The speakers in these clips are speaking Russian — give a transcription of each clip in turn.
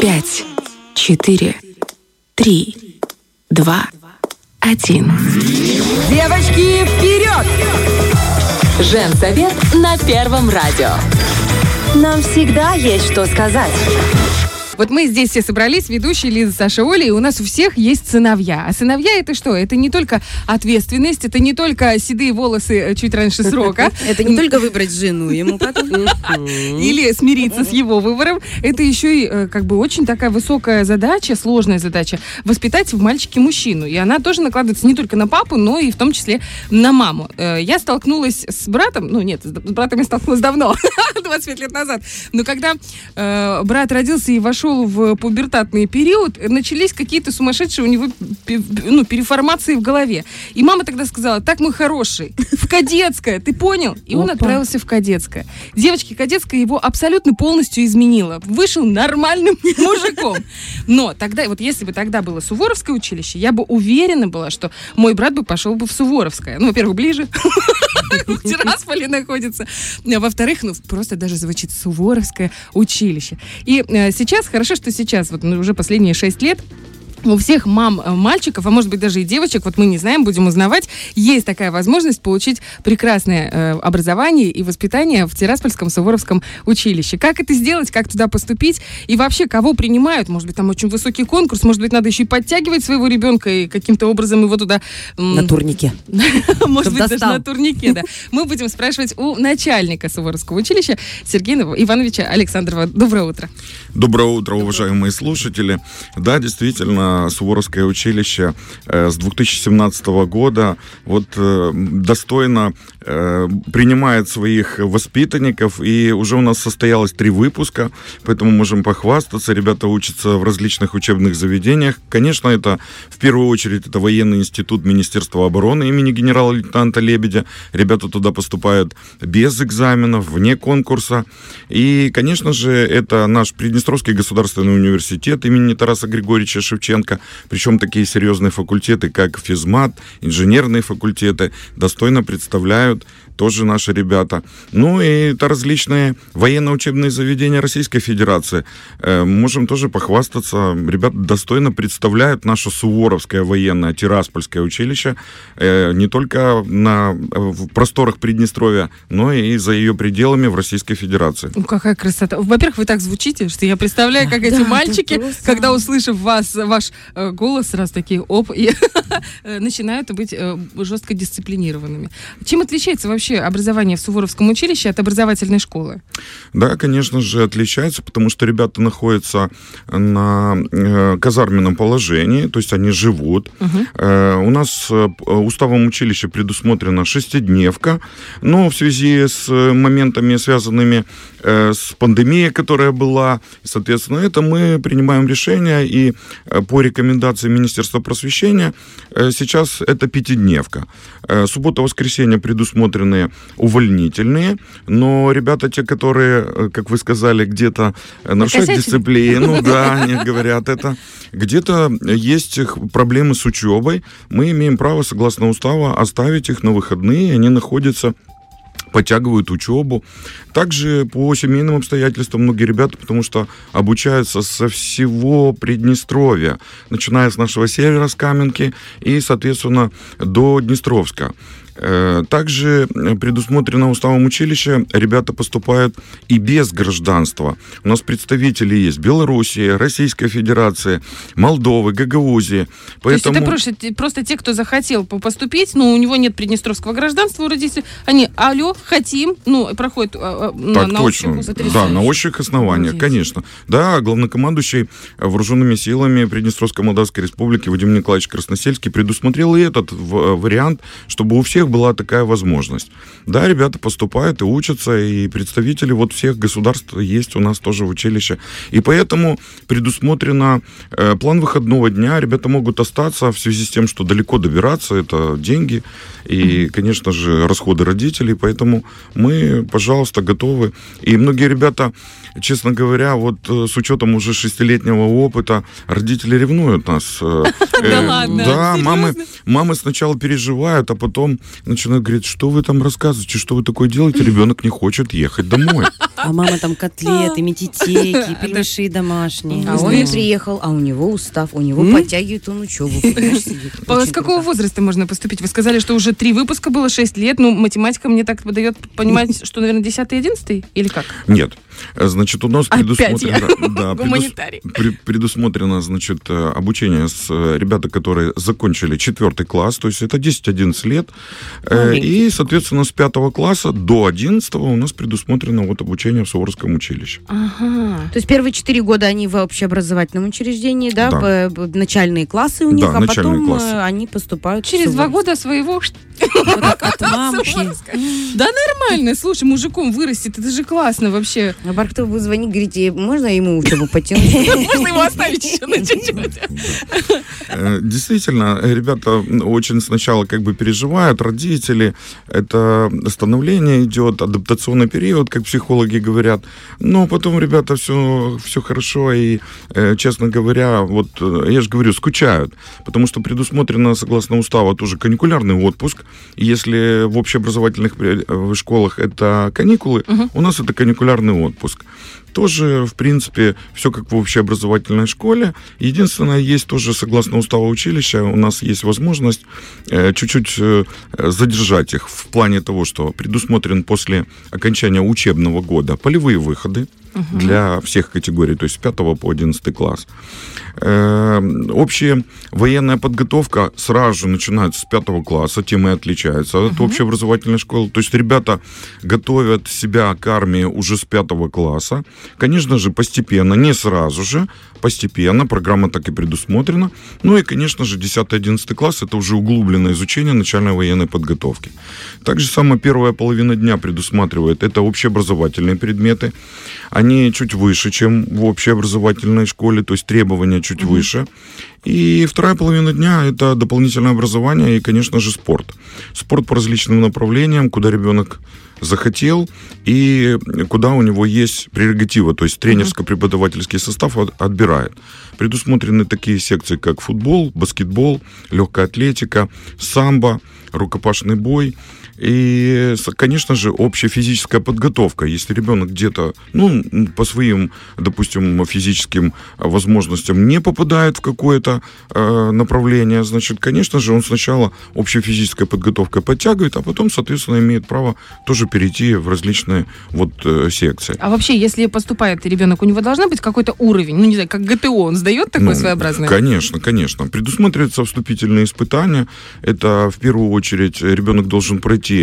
5, 4, 3, 2, 1. Девочки, вперед! Женсовет на Первом радио. Нам всегда есть что сказать. Вот мы здесь все собрались, ведущие Лиза, Саша, Оля, и у нас у всех есть сыновья. А сыновья это что? Это не только ответственность, это не только седые волосы чуть раньше срока. Это не только выбрать жену ему потом. Или смириться с его выбором. Это еще и как бы очень такая высокая задача, сложная задача, воспитать в мальчике мужчину. И она тоже накладывается не только на папу, но и в том числе на маму. Я столкнулась с братом, с братом я столкнулась давно, 25 лет назад. Но когда брат родился и вошел в пубертатный период, начались какие-то сумасшедшие у него переформации в голове. И мама тогда сказала: так, мой хороший, в кадетское, ты понял? И он отправился в кадетское. Девочки, кадетское его абсолютно полностью изменило. Вышел нормальным мужиком. Но тогда, вот если бы тогда было Суворовское училище, я бы уверена была, что мой брат бы пошел бы в Суворовское. Во-первых, ближе. В Тирасполе находится. Во-вторых, просто даже звучит Суворовское училище. И сейчас, хорошо, что сейчас, уже последние 6 лет, у всех мам мальчиков, а может быть даже и девочек, мы не знаем, будем узнавать, есть такая возможность получить прекрасное образование и воспитание в Тираспольском Суворовском училище. Как это сделать, как туда поступить и вообще кого принимают? Может быть, там очень высокий конкурс, может быть, надо еще и подтягивать своего ребенка и каким-то образом его туда... На турнике. Может быть, даже на турнике, да. Мы будем спрашивать у начальника Суворовского училища Сергея Ивановича Александрова. Доброе утро. Доброе утро, уважаемые слушатели. Да, действительно, Суворовское училище с 2017 года достойно принимает своих воспитанников, и уже у нас состоялось 3 выпуска, поэтому можем похвастаться. Ребята учатся в различных учебных заведениях. Конечно, это в первую очередь это военный институт Министерства обороны имени генерала-лейтенанта Лебедя. Ребята туда поступают без экзаменов, вне конкурса. И, конечно же, это наш Приднестровский государственный университет имени Тараса Григорьевича Шевченко. Причем такие серьезные факультеты, как физмат, инженерные факультеты, достойно представляют тоже наши ребята. И это различные военно-учебные заведения Российской Федерации. Можем тоже похвастаться. Ребята достойно представляют наше Суворовское военное Тираспольское училище не только в просторах Приднестровья, но и за ее пределами в Российской Федерации. Какая красота. Во-первых, вы так звучите, что я представляю, как эти мальчики, когда, услышав ваш голос, сразу такие и начинают быть жестко дисциплинированными. Чем отличается вообще образование в Суворовском училище от образовательной школы? Да, конечно же, отличается, потому что ребята находятся на казарменном положении, то есть они живут. У нас уставом училища предусмотрена 6-дневка, но в связи с моментами, связанными с пандемией, которая была, соответственно, это мы принимаем решение, и по рекомендации Министерства просвещения сейчас это 5-дневка. Суббота-воскресенье предусмотрены увольнительные, но ребята, те, которые, как вы сказали, где-то нарушают дисциплину, они говорят это, где-то есть проблемы с учебой, мы имеем право, согласно устава, оставить их на выходные, они находятся, подтягивают учебу. Также по семейным обстоятельствам многие ребята, потому что обучаются со всего Приднестровья, начиная с нашего севера, с Каменки, и, соответственно, до Днестровска. Также предусмотрено уставом училища, ребята поступают и без гражданства. У нас представители есть Белоруссии, Российской Федерации, Молдовы, Гагаузии. Поэтому... То есть это просто те, кто захотел поступить, но у него нет приднестровского гражданства у родителей, они, хотим, проходят на общих основаниях, конечно. Да, главнокомандующий вооруженными силами Приднестровской Молдавской Республики Вадим Николаевич Красносельский предусмотрел и этот вариант, чтобы у всех была такая возможность. Да, ребята поступают и учатся, и представители всех государств есть у нас тоже в училище. И поэтому предусмотрено план выходного дня. Ребята могут остаться в связи с тем, что далеко добираться, это деньги и, конечно же, расходы родителей. Поэтому мы, пожалуйста, готовы. И многие ребята, честно говоря, с учетом уже 6-летнего опыта, родители ревнуют нас. Да ладно? Да, мамы сначала переживают, а потом начинают говорить, что вы там рассказываете, что вы такое делаете, ребенок не хочет ехать домой. А мама там котлеты, метитейки, пельмеши домашние. А он не приехал, а у него устав, у него подтягивает он учебу. С какого возраста можно поступить? Вы сказали, что уже 3 выпуска было, 6 лет. Ну, математика мне так дает понимать, что, наверное, 10 и 11 или как? Нет. Значит, у нас Гуманитарий. предусмотрено, значит, обучение с ребята, которые закончили 4 класс, то есть это 10-11 лет. И, соответственно, с 5 класса до 11 у нас предусмотрено вот обучение в Суворовском училище. Ага. То есть первые 4 года они в общеобразовательном учреждении, да? Начальные классы у них, а потом они поступают через 2 года своего... От мамки. Да нормально, слушай, мужиком вырастет, это же классно вообще. А Барктов будет звонить, говорите, можно ему учебу потянуть? Можно его оставить еще на чуть-чуть. Действительно, ребята очень сначала как бы переживают, родители, это становление идет, адаптационный период, как психологи говорят, но потом ребята все хорошо и, честно говоря, вот я же говорю, скучают, потому что предусмотрено, согласно уставу, тоже каникулярный отпуск. Если в общеобразовательных школах это каникулы, у нас это каникулярный отпуск. Тоже, в принципе, все как в общеобразовательной школе. Единственное, есть тоже, согласно уставу училища, у нас есть возможность чуть-чуть задержать их в плане того, что предусмотрен после окончания учебного года полевые выходы для всех категорий, то есть с 5 по 11 класс. Общая военная подготовка сразу же начинается с 5 класса, тем и отличается от общеобразовательной школы. То есть ребята готовят себя к армии уже с 5 класса. Конечно же, постепенно, не сразу же, постепенно, программа так и предусмотрена. Ну и, конечно же, 10-11 класс – это уже углубленное изучение начальной военной подготовки. Также самая первая половина дня предусматривает, это общеобразовательные предметы. Они чуть выше, чем в общеобразовательной школе, то есть требования чуть выше. И вторая половина дня – это дополнительное образование и, конечно же, спорт. Спорт по различным направлениям, куда ребенок захотел и куда у него есть прерогатива, то есть тренерско-преподавательский состав отбирает. Предусмотрены такие секции, как футбол, баскетбол, легкая атлетика, самбо, рукопашный бой. И, конечно же, общая физическая подготовка. Если ребенок где-то, по своим, допустим, физическим возможностям не попадает в какое-то направление, значит, конечно же, он сначала общей физической подготовкой подтягивает, а потом, соответственно, имеет право тоже перейти в различные секции. А вообще, если поступает ребенок, у него должен быть какой-то уровень, не знаю, как ГТО, он сдает такой своеобразный? Конечно. Предусматриваются вступительные испытания. Это, в первую очередь, ребенок должен пройти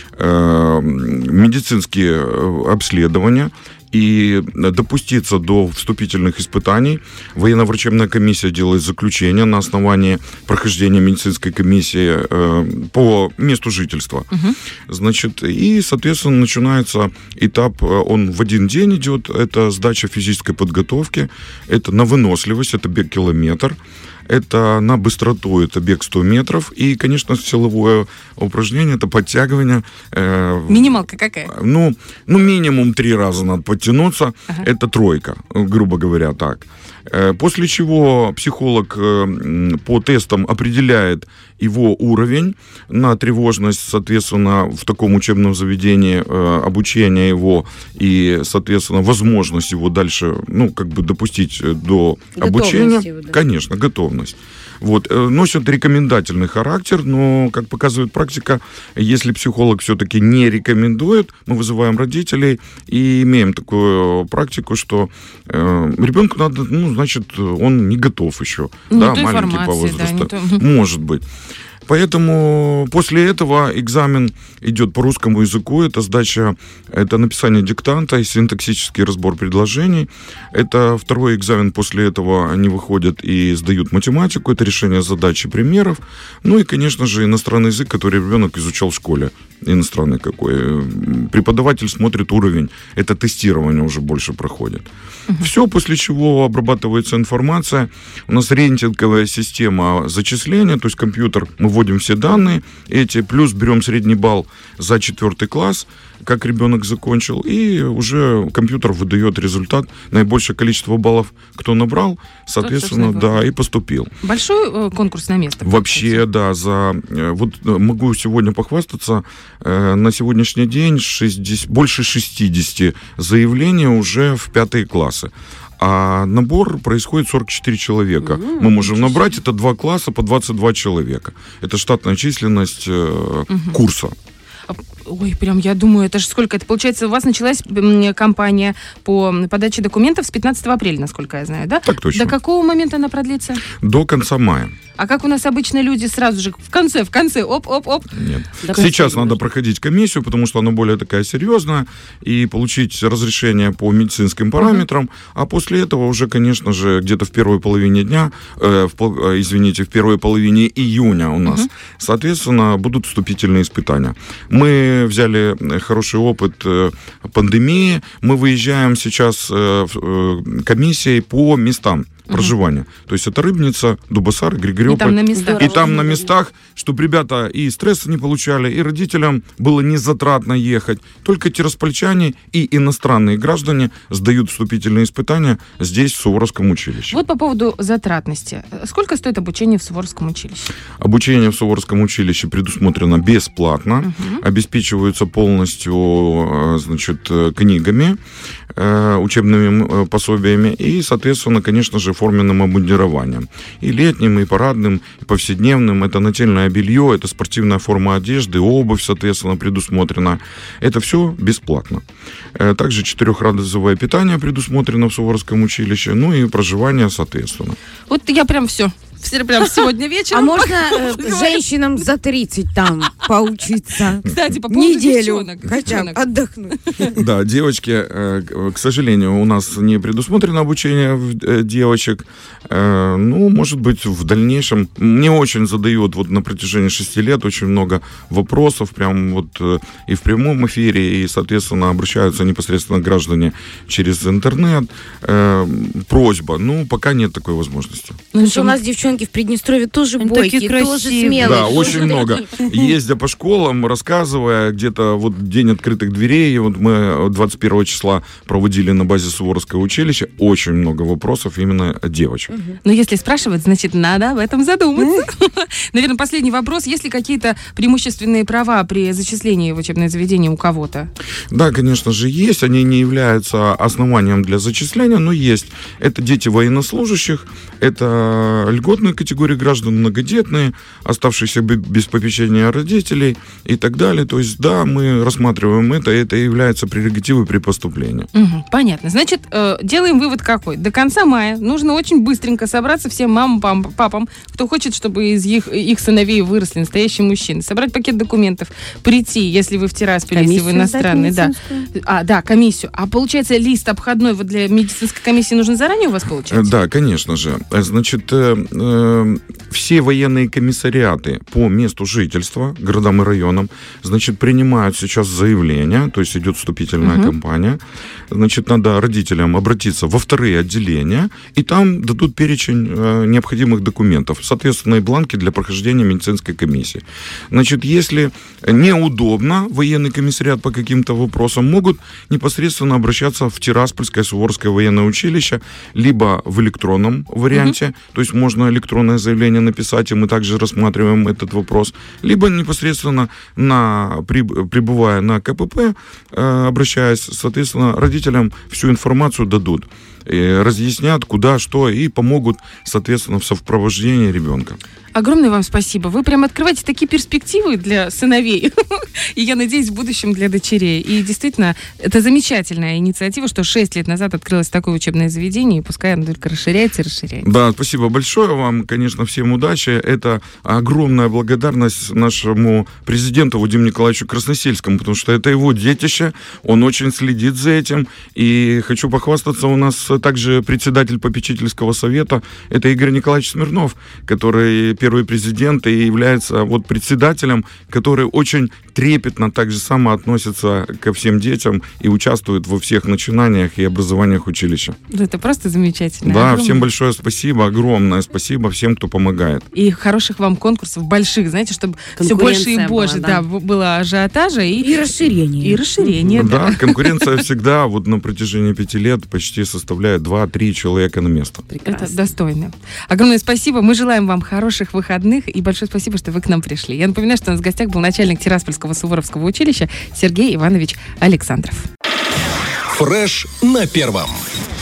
медицинские обследования и допуститься до вступительных испытаний. Военно-врачебная комиссия делает заключение на основании прохождения медицинской комиссии по месту жительства. Значит, и, соответственно, начинается этап, он в один день идет, это сдача физической подготовки, это на выносливость, это бег километр, это на быстроту, это бег 100 метров. И, конечно, силовое упражнение, это подтягивание. Минималка какая? Минимум 3 раза надо подтянуться. Это 3, грубо говоря, так. После чего психолог по тестам определяет его уровень на тревожность, соответственно, в таком учебном заведении, обучение его и, соответственно, возможность его дальше, допустить до обучения. Его, да? Конечно, готовность. Носят рекомендательный характер, но, как показывает практика, если психолог все-таки не рекомендует, мы вызываем родителей и имеем такую практику, что ребенку надо, значит, он не готов еще, маленький по возрасту, может быть. Поэтому после этого экзамен идет по русскому языку, это написание диктанта и синтаксический разбор предложений. Это второй экзамен, после этого они выходят и сдают математику, это решение задач и примеров. Ну и, конечно же, иностранный язык, который ребенок изучал в школе. Иностранный какой. Преподаватель смотрит уровень, это тестирование уже больше проходит. Все, после чего обрабатывается информация. У нас рейтинговая система зачисления, то есть компьютер, мы вводим все данные эти, плюс берем средний балл за 4 класс, как ребенок закончил, и уже компьютер выдает результат, наибольшее количество баллов, кто набрал, соответственно, да, и поступил. Большой конкурс на место? Вообще, да, вот могу сегодня похвастаться, на сегодняшний день больше 60 заявлений уже в 5 классы. А набор происходит 44 человека. Мы можем набрать, это 2 класса по 22 человека. Это штатная численность курса. Ой, прям я думаю, это же сколько? Это получается, у вас началась кампания по подаче документов с 15 апреля, насколько я знаю, да? Так точно. До какого момента она продлится? До конца мая. А как у нас обычно люди сразу же в конце, оп-оп-оп? Нет. Сейчас надо проходить комиссию, потому что она более такая серьезная, и получить разрешение по медицинским параметрам, а после этого уже, конечно же, где-то в первой половине дня, в первой половине июня у нас, соответственно, будут вступительные испытания. Мы взяли хороший опыт пандемии, мы выезжаем сейчас комиссией по местам проживания. То есть это Рыбница, Дубосар, Григорьополь. И там на местах, чтобы ребята и стресса не получали, и родителям было не затратно ехать. Только тираспольчане и иностранные граждане сдают вступительные испытания здесь, в Суворовском училище. Вот по поводу затратности. Сколько стоит обучение в Суворовском училище? Обучение в Суворовском училище предусмотрено бесплатно. Обеспечиваются полностью, книгами, учебными пособиями и, соответственно, конечно же, форменным обмундированием. И летним, и парадным, и повседневным. Это нательное белье, это спортивная форма одежды, обувь, соответственно, предусмотрена. Это все бесплатно. Также 4-разовое питание предусмотрено в Суворовском училище, ну и проживание, соответственно. Вот я прям все. Прям сегодня вечером. А можно женщинам за 30 там поучиться? Кстати, по поводу неделю хотя бы отдохнуть. Да, девочки, к сожалению, у нас не предусмотрено обучение девочек. Ну, может быть, в дальнейшем. Мне очень задают вот на протяжении 6 лет очень много вопросов, прям вот и в прямом эфире, и, соответственно, обращаются непосредственно граждане через интернет. Просьба. Ну, пока нет такой возможности. Ну, что у нас девчонки в Приднестровье тоже бойкие, тоже смелые. Да, очень много. Ездя по школам, рассказывая, где-то вот день открытых дверей, вот мы 21 числа проводили на базе Суворовского училища, очень много вопросов именно от девочек. Но если спрашивать, значит, надо об этом задуматься. Наверное, последний вопрос. Есть ли какие-то преимущественные права при зачислении в учебное заведение у кого-то? Да, конечно же, есть. Они не являются основанием для зачисления, но есть. Это дети военнослужащих, это льготные категории граждан, многодетные, оставшиеся без попечения родителей и так далее. То есть, да, мы рассматриваем это является прерогативой при поступлении. Понятно. Значит, делаем вывод какой? До конца мая нужно очень быстренько собраться всем мамам, папам, кто хочет, чтобы из их сыновей выросли настоящие мужчины, собрать пакет документов, прийти, если вы в Тирасполе, если вы иностранный, да. Да, комиссию. А получается, лист обходной вот для медицинской комиссии нужно заранее у вас получать? Да, конечно же. Значит, все военные комиссариаты по месту жительства, городам и районам, значит, принимают сейчас заявления, то есть идет вступительная кампания. Значит, надо родителям обратиться во вторые отделения, и там дадут перечень необходимых документов, соответственно, и бланки для прохождения медицинской комиссии. Значит, если неудобно, военный комиссариат по каким-то вопросам могут непосредственно обращаться в Тираспольское Суворовское военное училище, либо в электронном варианте, то есть можно электронное заявление написать, и мы также рассматриваем этот вопрос, либо непосредственно прибывая на КПП, обращаясь, соответственно, родителям всю информацию дадут, разъяснят, куда, что, и помогут, соответственно, в сопровождении ребенка. Огромное вам спасибо. Вы прям открываете такие перспективы для сыновей. И я надеюсь, в будущем для дочерей. И действительно, это замечательная инициатива, что 6 лет назад открылось такое учебное заведение, и пускай оно только расширяется и расширяется. Да, спасибо большое вам. Конечно, всем удачи. Это огромная благодарность нашему президенту Вадиму Николаевичу Красносельскому, потому что это его детище. Он очень следит за этим. И хочу похвастаться, у нас также председатель попечительского совета, это Игорь Николаевич Смирнов, который первый президент и является вот председателем, который очень трепетно так же само относится ко всем детям и участвует во всех начинаниях и образованиях училища. Это просто замечательно. Да, огромное. Всем большое спасибо, огромное спасибо всем, кто помогает. И хороших вам конкурсов, больших, знаете, чтобы все больше и больше было ажиотажа и расширение. И расширение, да. Конкуренция всегда вот на протяжении 5 лет почти составляет 2-3 человека на место. Прекрасно. Это достойно. Огромное спасибо. Мы желаем вам хороших выходных и большое спасибо, что вы к нам пришли. Я напоминаю, что у нас в гостях был начальник Тираспольского Суворовского училища Сергей Иванович Александров. Фреш на первом.